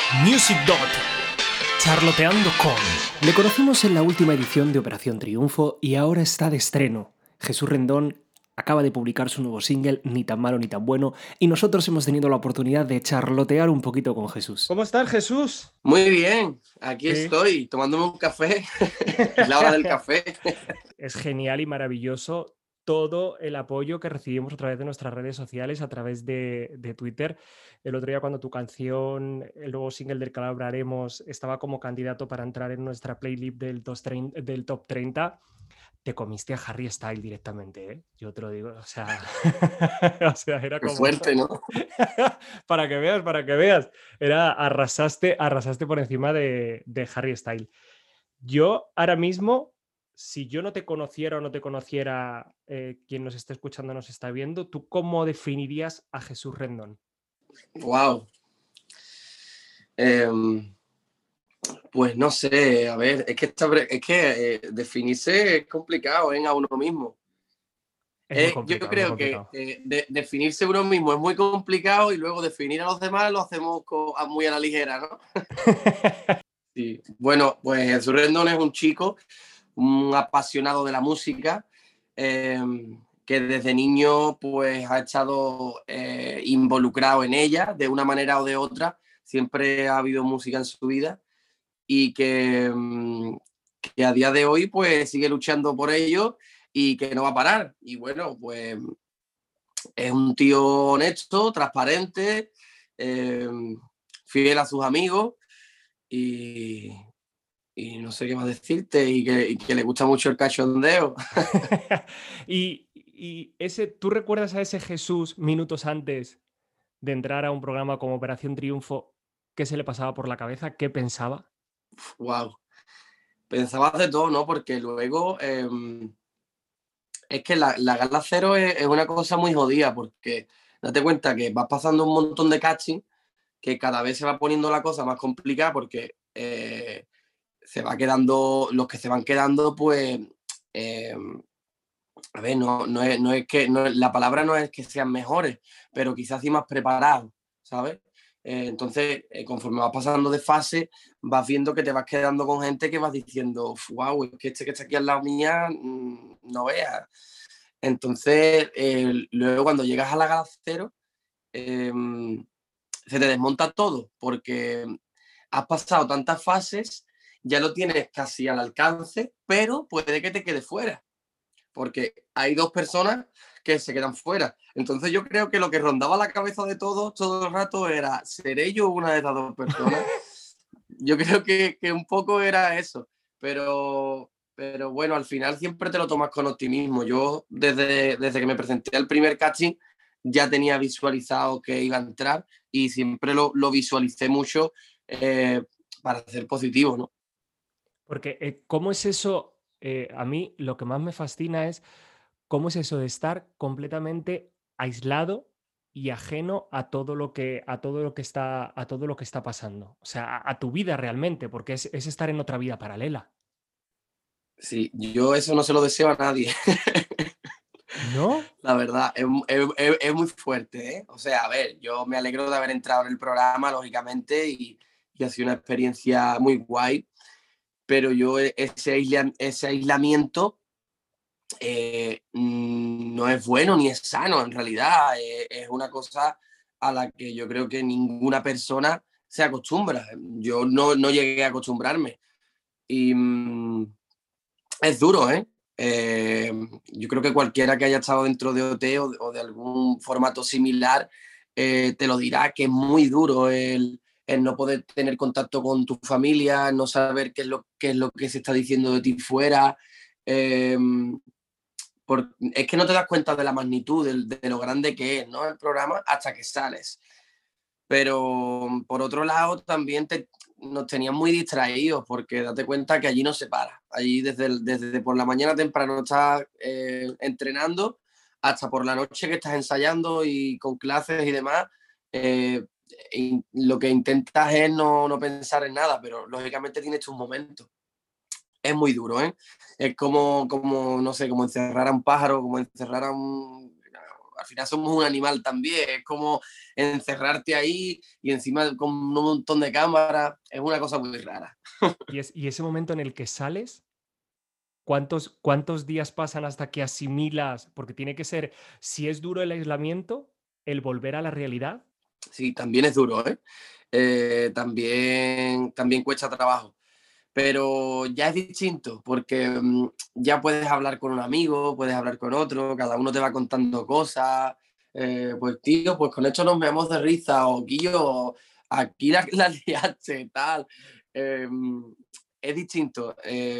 Music Dot. Charloteando con... Le conocimos en la última edición de Operación Triunfo y ahora está de estreno. Jesús Rendón acaba de publicar su nuevo single, Ni tan malo ni tan bueno, y nosotros hemos tenido la oportunidad de charlotear un poquito con Jesús. ¿Cómo estás, Jesús? Muy bien, aquí Sí. estoy tomándome un café. Es la hora del café. Es genial y maravilloso todo el apoyo que recibimos a través de nuestras redes sociales, a través de Twitter. El otro día cuando tu canción, el nuevo single del que hablaremos, estaba como candidato para entrar en nuestra playlist del top 30, te comiste a Harry Styles directamente, ¿eh? Yo te lo digo, o sea, o sea, era Qué como... fuerte, ¿no? para que veas. Era arrasaste por encima de Harry Styles. Yo ahora mismo, si yo no te conociera o no te conociera quien nos esté escuchando, nos está viendo, ¿tú cómo definirías a Jesús Rendón? Wow. Pues no sé, a ver, definirse es complicado, ¿eh? A uno mismo. Es muy Yo complicado, es muy creo que complicado. definirse uno mismo es muy complicado y luego definir a los demás lo hacemos muy a la ligera, ¿no? Sí. Bueno, pues Jesús Rendón es un chico, un apasionado de la música, que desde niño pues ha estado involucrado en ella de una manera o de otra. Siempre ha habido música en su vida y que a día de hoy pues sigue luchando por ello y que no va a parar. Y bueno, pues es un tío honesto, transparente, eh, fiel a sus amigos y, y no sé qué más decirte, y que le gusta mucho el cachondeo. y ese, ¿tú recuerdas a ese Jesús minutos antes de entrar a un programa como Operación Triunfo? ¿Qué se le pasaba por la cabeza? ¿Qué pensaba? Wow. Pensabas de todo, ¿no? Porque luego es que la gala cero es una cosa muy jodida, porque date cuenta que vas pasando un montón de casting, que cada vez se va poniendo la cosa más complicada, porque se va quedando, los que se van quedando, pues, eh, a ver, no es que, la palabra no es que sean mejores, pero quizás sí más preparados, ¿sabes? Entonces, conforme vas pasando de fase, vas viendo que te vas quedando con gente que vas diciendo, wow, es que este que está aquí al lado mía, no veas. Entonces, luego cuando llegas a la gala cero, eh, se te desmonta todo, porque has pasado tantas fases, ya lo tienes casi al alcance, pero puede que te quede fuera, porque hay dos personas que se quedan fuera. Entonces yo creo que lo que rondaba la cabeza de todos todo el rato era, ¿seré yo una de esas dos personas? Yo creo que un poco era eso, pero bueno, al final siempre te lo tomas con optimismo. Yo desde que me presenté al primer casting ya tenía visualizado que iba a entrar y siempre lo visualicé mucho, para ser positivo, ¿no? Porque, ¿cómo es eso? A mí lo que más me fascina es cómo es eso de estar completamente aislado y ajeno a todo lo que está pasando. O sea, a tu vida realmente, porque es estar en otra vida paralela. Sí, yo eso no se lo deseo a nadie. ¿No? La verdad, es muy fuerte, ¿eh? O sea, a ver, yo me alegro de haber entrado en el programa, lógicamente, y ha sido una experiencia muy guay, pero yo ese aislamiento no es bueno ni es sano, en realidad. Es una cosa a la que yo creo que ninguna persona se acostumbra. Yo no llegué a acostumbrarme. Y es duro, ¿eh? Yo creo que cualquiera que haya estado dentro de OT o de algún formato similar, te lo dirá, que es muy duro el no poder tener contacto con tu familia, no saber qué es lo que se está diciendo de ti fuera. Eh, es que no te das cuenta de la magnitud, de lo grande que es, ¿no? El programa hasta que sales. Pero por otro lado, también nos tenían muy distraídos, porque date cuenta que allí no se para. Allí desde por la mañana temprano estás entrenando hasta por la noche que estás ensayando y con clases y demás. Lo que intentas es no pensar en nada, pero lógicamente tienes tus momentos. Es muy duro, ¿eh? Es como, no sé, como encerrar a un pájaro, como encerrar al final somos un animal también, es como encerrarte ahí y encima con un montón de cámaras, es una cosa muy rara. Y ese momento en el que sales, ¿cuántos días pasan hasta que asimilas? Porque tiene que ser, si es duro el aislamiento, el volver a la realidad. Sí, también es duro, ¿eh? También cuesta trabajo. Pero ya es distinto, porque ya puedes hablar con un amigo, puedes hablar con otro, cada uno te va contando cosas. Pues tío, pues con esto nos vemos de risa, o Guillo, aquí la liaste, tal. Eh, es distinto.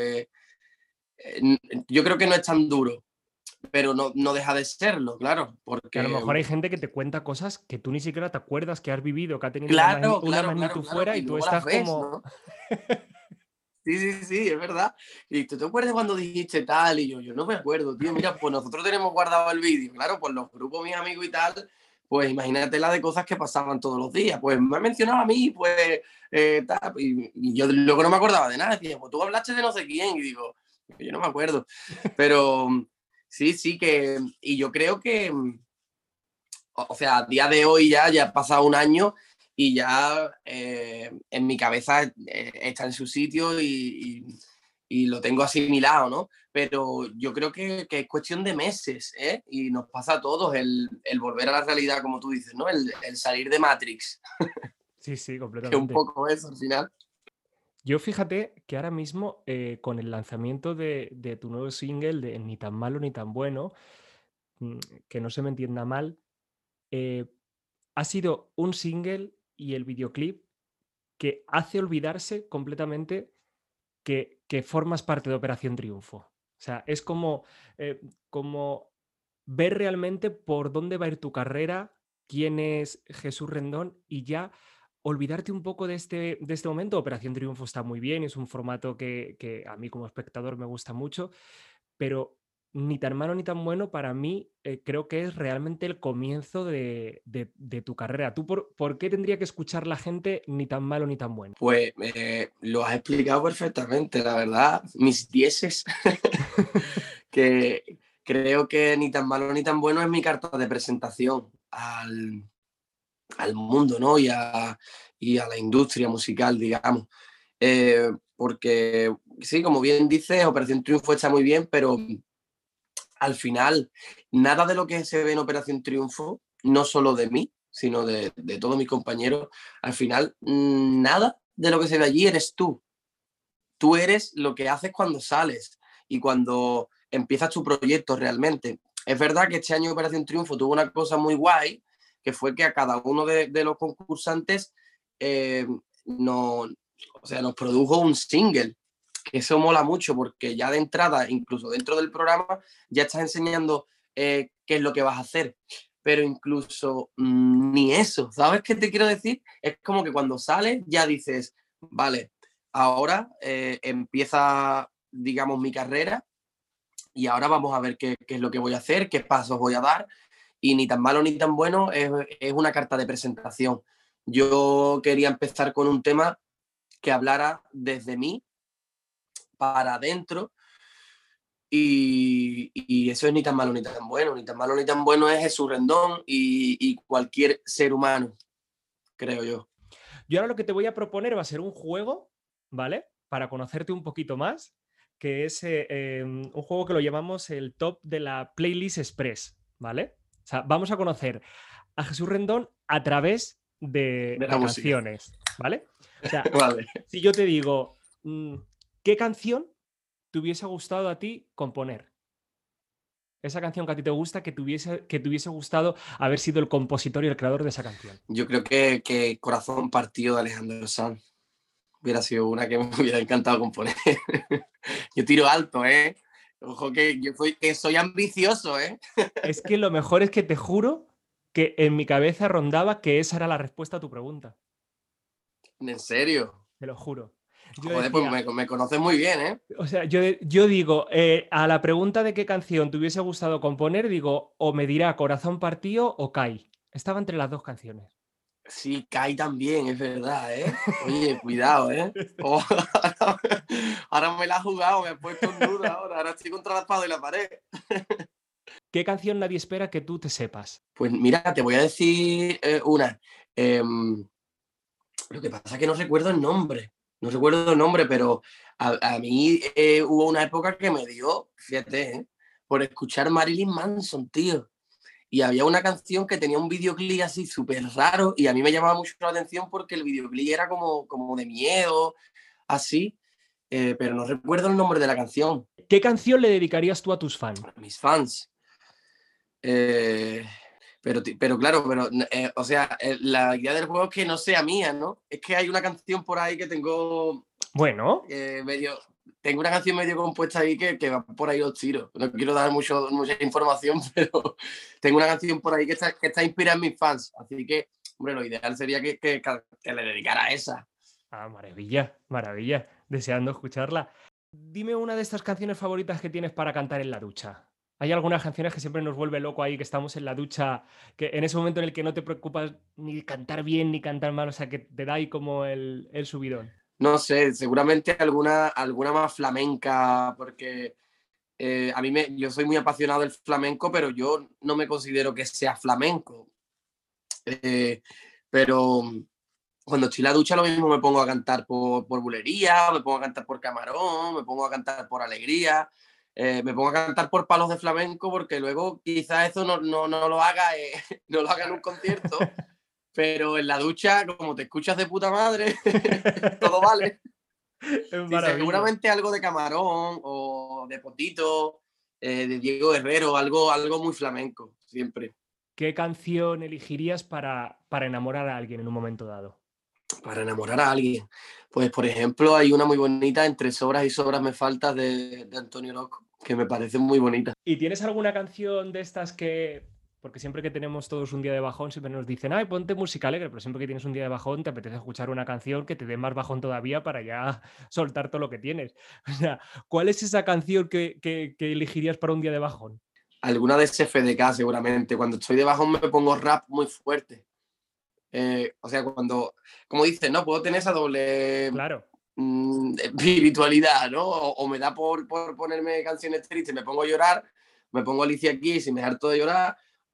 Yo creo que no es tan duro, pero no deja de serlo, claro, Que a lo porque mejor hay gente que te cuenta cosas que tú ni siquiera te acuerdas que has vivido, que ha tenido claro, una claro, claro, magnitud claro, fuera y y tú luego las estás ves, como... ¿no? Sí, sí, sí, es verdad. Y tú te acuerdas cuando dijiste tal, y yo no me acuerdo, tío. Mira, pues nosotros tenemos guardado el vídeo, claro, pues los grupos, mis amigos y tal, pues imagínate la de cosas que pasaban todos los días. Pues me ha mencionado a mí, pues tal, y yo luego no me acordaba de nada. Decía, pues tú hablaste de no sé quién, y digo, yo no me acuerdo. Pero sí, sí que, y yo creo que, o sea, a día de hoy ya ha pasado un año y ya en mi cabeza está en su sitio y lo tengo asimilado, ¿no? Pero yo creo que es cuestión de meses, ¿eh? Y nos pasa a todos el volver a la realidad, como tú dices, ¿no? El salir de Matrix, Sí, sí, que es un completamente. poco eso al final. Yo fíjate que ahora mismo, con el lanzamiento de tu nuevo single, de Ni tan malo ni tan bueno, mm, que no se me entienda mal, eh, ha sido un single y el videoclip que hace olvidarse completamente que formas parte de Operación Triunfo. O sea, es como ver realmente por dónde va a ir tu carrera, quién es Jesús Rendón y ya olvidarte un poco de este momento. Operación Triunfo está muy bien, es un formato que a mí como espectador me gusta mucho, pero ni tan malo ni tan bueno para mí creo que es realmente el comienzo de tu carrera. ¿Tú por qué tendría que escuchar la gente ni tan malo ni tan bueno? Pues lo has explicado perfectamente, la verdad. Mis dieces, que creo que ni tan malo ni tan bueno es mi carta de presentación al mundo, ¿no? Y a la industria musical, digamos. Porque, sí, como bien dices, Operación Triunfo está muy bien, pero al final, nada de lo que se ve en Operación Triunfo, no solo de mí, sino de todos mis compañeros, al final, nada de lo que se ve allí eres tú. Tú eres lo que haces cuando sales y cuando empiezas tu proyecto realmente. Es verdad que este año Operación Triunfo tuvo una cosa muy guay, que fue que a cada uno de los concursantes nos, o sea, nos produjo un single, que eso mola mucho porque ya de entrada, incluso dentro del programa, ya estás enseñando qué es lo que vas a hacer. Pero incluso ni eso, ¿sabes qué te quiero decir? Es como que cuando sales ya dices, vale, ahora empieza, digamos, mi carrera y ahora vamos a ver qué es lo que voy a hacer, qué pasos voy a dar. Y ni tan malo ni tan bueno es una carta de presentación. Yo quería empezar con un tema que hablara desde mí para adentro y eso es ni tan malo ni tan bueno. Ni tan malo ni tan bueno es Jesús Rendón y cualquier ser humano, creo yo. Yo ahora lo que te voy a proponer va a ser un juego, ¿vale? Para conocerte un poquito más, que es un juego que lo llamamos el top de la playlist express, ¿vale? O sea, vamos a conocer a Jesús Rendón a través De la de música. canciones, ¿vale? O sea, Vale. si yo te digo, ¿qué canción te hubiese gustado a ti componer? Esa canción que a ti te gusta, que te hubiese gustado haber sido el compositor y el creador de esa canción. Yo creo que Corazón Partido de Alejandro Sanz hubiera sido una que me hubiera encantado componer. Yo tiro alto, ¿eh? Ojo que soy ambicioso, ¿eh? Es que lo mejor es que te juro que en mi cabeza rondaba que esa era la respuesta a tu pregunta. En serio. Te lo juro. Yo Joder, pues decía, me conoces muy bien, ¿eh? o sea, yo digo, a la pregunta de qué canción te hubiese gustado componer, digo, o me dirá Corazón Partido o Kai. Estaba entre las dos canciones. Sí, Kai también, es verdad, ¿eh? Oye, cuidado, ¿eh? Oh, ahora me la has jugado, me has puesto en duda ahora. Ahora estoy contra la espada y la pared. ¿Qué canción nadie espera que tú te sepas? Pues mira, te voy a decir una. Lo que pasa es que no recuerdo el nombre. No recuerdo el nombre, pero a mí hubo una época que me dio, fíjate, por escuchar Marilyn Manson, tío. Y había una canción que tenía un videoclip así súper raro y a mí me llamaba mucho la atención porque el videoclip era como de miedo, así, pero no recuerdo el nombre de la canción. ¿Qué canción le dedicarías tú a tus fans? Mis fans. Eh, pero claro, o sea, la idea del juego es que no sea mía, ¿no? Es que hay una canción por ahí que tengo Bueno, medio... Tengo una canción medio compuesta ahí que va por ahí los tiros. No quiero dar mucha información, pero tengo una canción por ahí que está inspirada en mis fans. Así que, hombre, lo ideal sería que le dedicara a esa. maravilla, maravilla. Deseando escucharla. Dime una de estas canciones favoritas que tienes para cantar en la ducha. Hay algunas canciones que siempre nos vuelve loco ahí, que estamos en la ducha, que en ese momento en el que no te preocupas ni cantar bien ni cantar mal, o sea, que te da ahí como el subidón. No sé, seguramente alguna más flamenca, porque yo soy muy apasionado del flamenco, pero yo no me considero que sea flamenco. Pero cuando estoy en la ducha lo mismo me pongo a cantar por bulería, me pongo a cantar por camarón, me pongo a cantar por alegría, me pongo a cantar por palos de flamenco porque luego quizás eso no lo haga, no lo haga en un concierto, pero en la ducha, como te escuchas de puta madre, todo vale. Es Sí, maravilla. seguramente algo de camarón o de potito, de Diego Herrero, algo muy flamenco, siempre. ¿Qué canción elegirías para enamorar a alguien en un momento dado? Para enamorar a alguien. Pues, por ejemplo, hay una muy bonita, Entre sobras y sobras me faltas, de Antonio Loco, que me parece muy bonita. ¿Y tienes alguna canción de estas que, porque siempre que tenemos todos un día de bajón, siempre nos dicen, ay, ponte música alegre, pero siempre que tienes un día de bajón, te apetece escuchar una canción que te dé más bajón todavía para ya soltar todo lo que tienes? O sea, ¿cuál es esa canción que elegirías para un día de bajón? Alguna de SFDK, seguramente. Cuando estoy de bajón me pongo rap muy fuerte. O sea, como dices, no puedo tener esa doble Claro. espiritualidad, ¿no? O me da por ponerme canciones tristes, me pongo a llorar, me pongo Alicia Keys y me harto de llorar,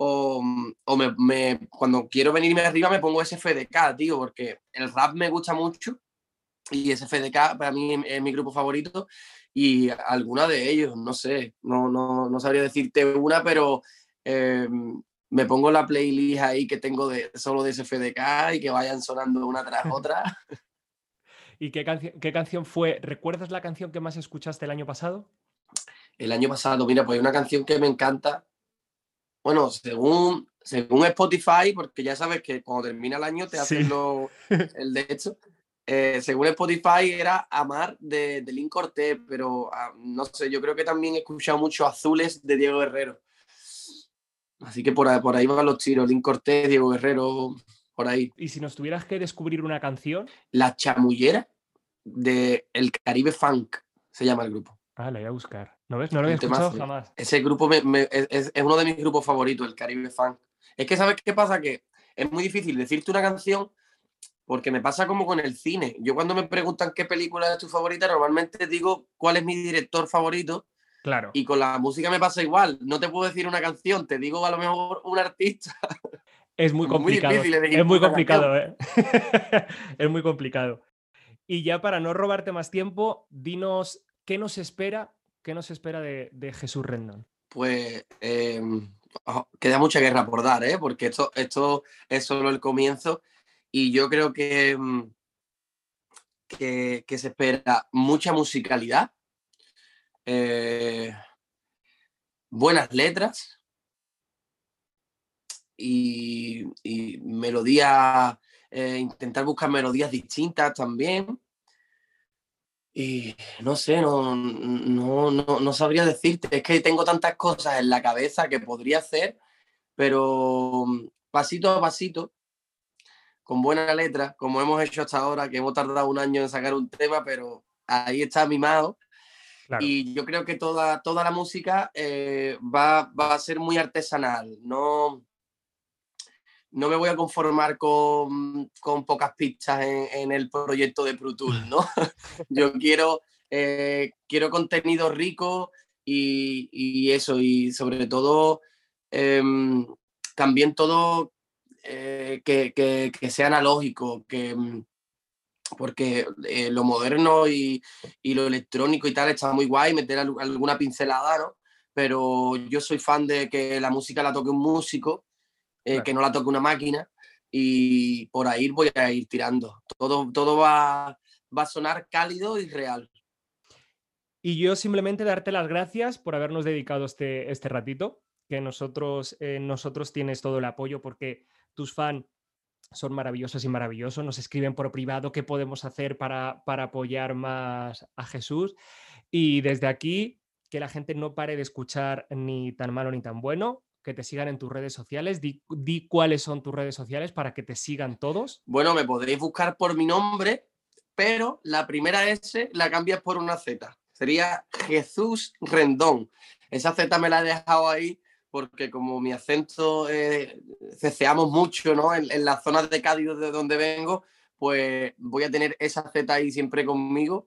cuando quiero venirme arriba me pongo SFDK, tío, porque el rap me gusta mucho y SFDK para mí es mi grupo favorito y alguna de ellos, no sé, no sabría decirte una, pero me pongo la playlist ahí que tengo solo de SFDK y que vayan sonando una tras otra. ¿Y qué canción fue? ¿Recuerdas la canción que más escuchaste el año pasado? El año pasado, mira, pues hay una canción que me encanta. Bueno, según Spotify, porque ya sabes que cuando termina el año te hacen Sí. el de hecho. Según Spotify era Amar de Lin Cortés, pero no sé, yo creo que también he escuchado mucho Azules de Diego Herrero. Así que por ahí van los tiros, Lin Cortés, Diego Guerrero, por ahí. Y si nos tuvieras que descubrir una canción, La Chamullera de El Caribe Funk, se llama el grupo. la voy a buscar. ¿No ves? No lo había Un escuchado temazo. jamás. Ese grupo es uno de mis grupos favoritos, el Caribe Funk. Es que, ¿sabes qué pasa? Que es muy difícil decirte una canción porque me pasa como con el cine. Yo cuando me preguntan qué película es tu favorita, normalmente digo cuál es mi director favorito. Claro. Y con la música me pasa igual. No te puedo decir una canción, te digo a lo mejor un artista. Es muy Es muy complicado. difícil Es elegir muy una canción. complicado, ¿eh? Es muy complicado. Y ya para no robarte más tiempo, dinos qué nos espera de Jesús Rendón. Pues queda mucha guerra por dar, ¿eh? Porque esto es solo el comienzo y yo creo que se espera mucha musicalidad, eh, buenas letras y melodías, intentar buscar melodías distintas también. Y no sé, no sabría decirte, es que tengo tantas cosas en la cabeza que podría hacer, pero pasito a pasito, con buena letra, como hemos hecho hasta ahora, que hemos tardado un año en sacar un tema, pero ahí está mimado. Claro. Y yo creo que toda la música va a ser muy artesanal. No me voy a conformar con pocas pistas en el proyecto de Pro Tools, ¿no? Yo quiero contenido rico, y eso, y sobre todo también todo que sea analógico, porque lo moderno y lo electrónico y tal está muy guay, meter alguna pincelada, ¿no? Pero yo soy fan de que la música la toque un músico, Claro. que no la toque una máquina, y por ahí voy a ir tirando. Todo va a sonar cálido y real. Y yo simplemente darte las gracias por habernos dedicado este ratito, que nosotros tienes todo el apoyo porque tus fans son maravillosos y maravillosos, nos escriben por privado qué podemos hacer para apoyar más a Jesús. Y desde aquí, que la gente no pare de escuchar Ni tan malo ni tan bueno, que te sigan en tus redes sociales. Di cuáles son tus redes sociales para que te sigan todos. Bueno, me podréis buscar por mi nombre, pero la primera S la cambias por una Z. Sería Jesús Rendón. Esa Z me la he dejado ahí porque como mi acento ceceamos mucho, ¿no? En las zonas de Cádiz de donde vengo, pues voy a tener esa Z ahí siempre conmigo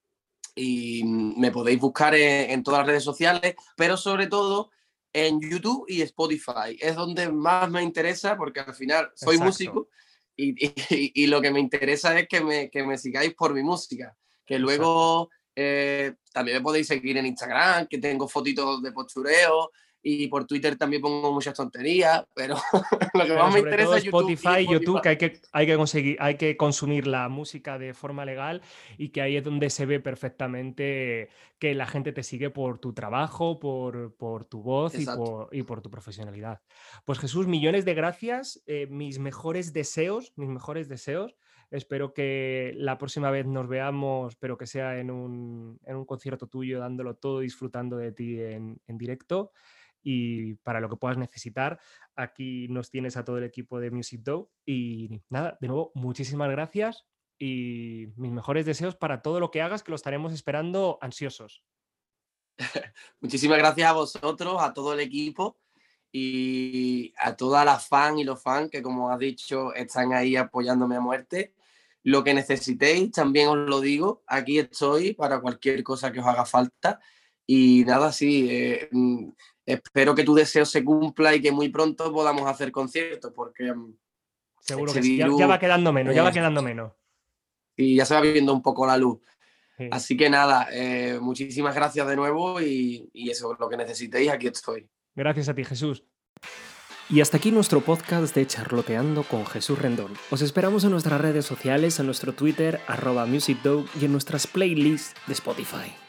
y me podéis buscar en todas las redes sociales, pero sobre todo en YouTube y Spotify. Es donde más me interesa porque al final soy Exacto. músico y lo que me interesa es que me sigáis por mi música. Que luego también me podéis seguir en Instagram, que tengo fotitos de postureo, y por Twitter también pongo muchas tonterías, pero lo que Pero más me sobre interesa todo es YouTube. Spotify, YouTube, que hay que consumir la música de forma legal y que ahí es donde se ve perfectamente que la gente te sigue por tu trabajo, por tu voz Exacto. y por tu profesionalidad. Pues Jesús, millones de gracias, mis mejores deseos. Espero que la próxima vez nos veamos, pero que sea en un concierto tuyo, dándolo todo, disfrutando de ti en directo. Y para lo que puedas necesitar, aquí nos tienes a todo el equipo de Music Dough. Y nada, de nuevo, muchísimas gracias y mis mejores deseos para todo lo que hagas, que lo estaremos esperando ansiosos. Muchísimas gracias a vosotros, a todo el equipo y a todas las fans y los fans que, como has dicho, están ahí apoyándome a muerte. Lo que necesitéis, también os lo digo, aquí estoy para cualquier cosa que os haga falta. Y nada, sí, espero que tu deseo se cumpla y que muy pronto podamos hacer conciertos, porque Seguro este que sí. Ya va virus quedando menos, ya va quedando menos. y ya se va viendo un poco la luz. Sí. Así que nada, muchísimas gracias de nuevo y eso, lo que necesitéis, aquí estoy. Gracias a ti, Jesús. Y hasta aquí nuestro podcast de Charloteando con Jesús Rendón. Os esperamos en nuestras redes sociales, en nuestro Twitter, @musicdough, y en nuestras playlists de Spotify.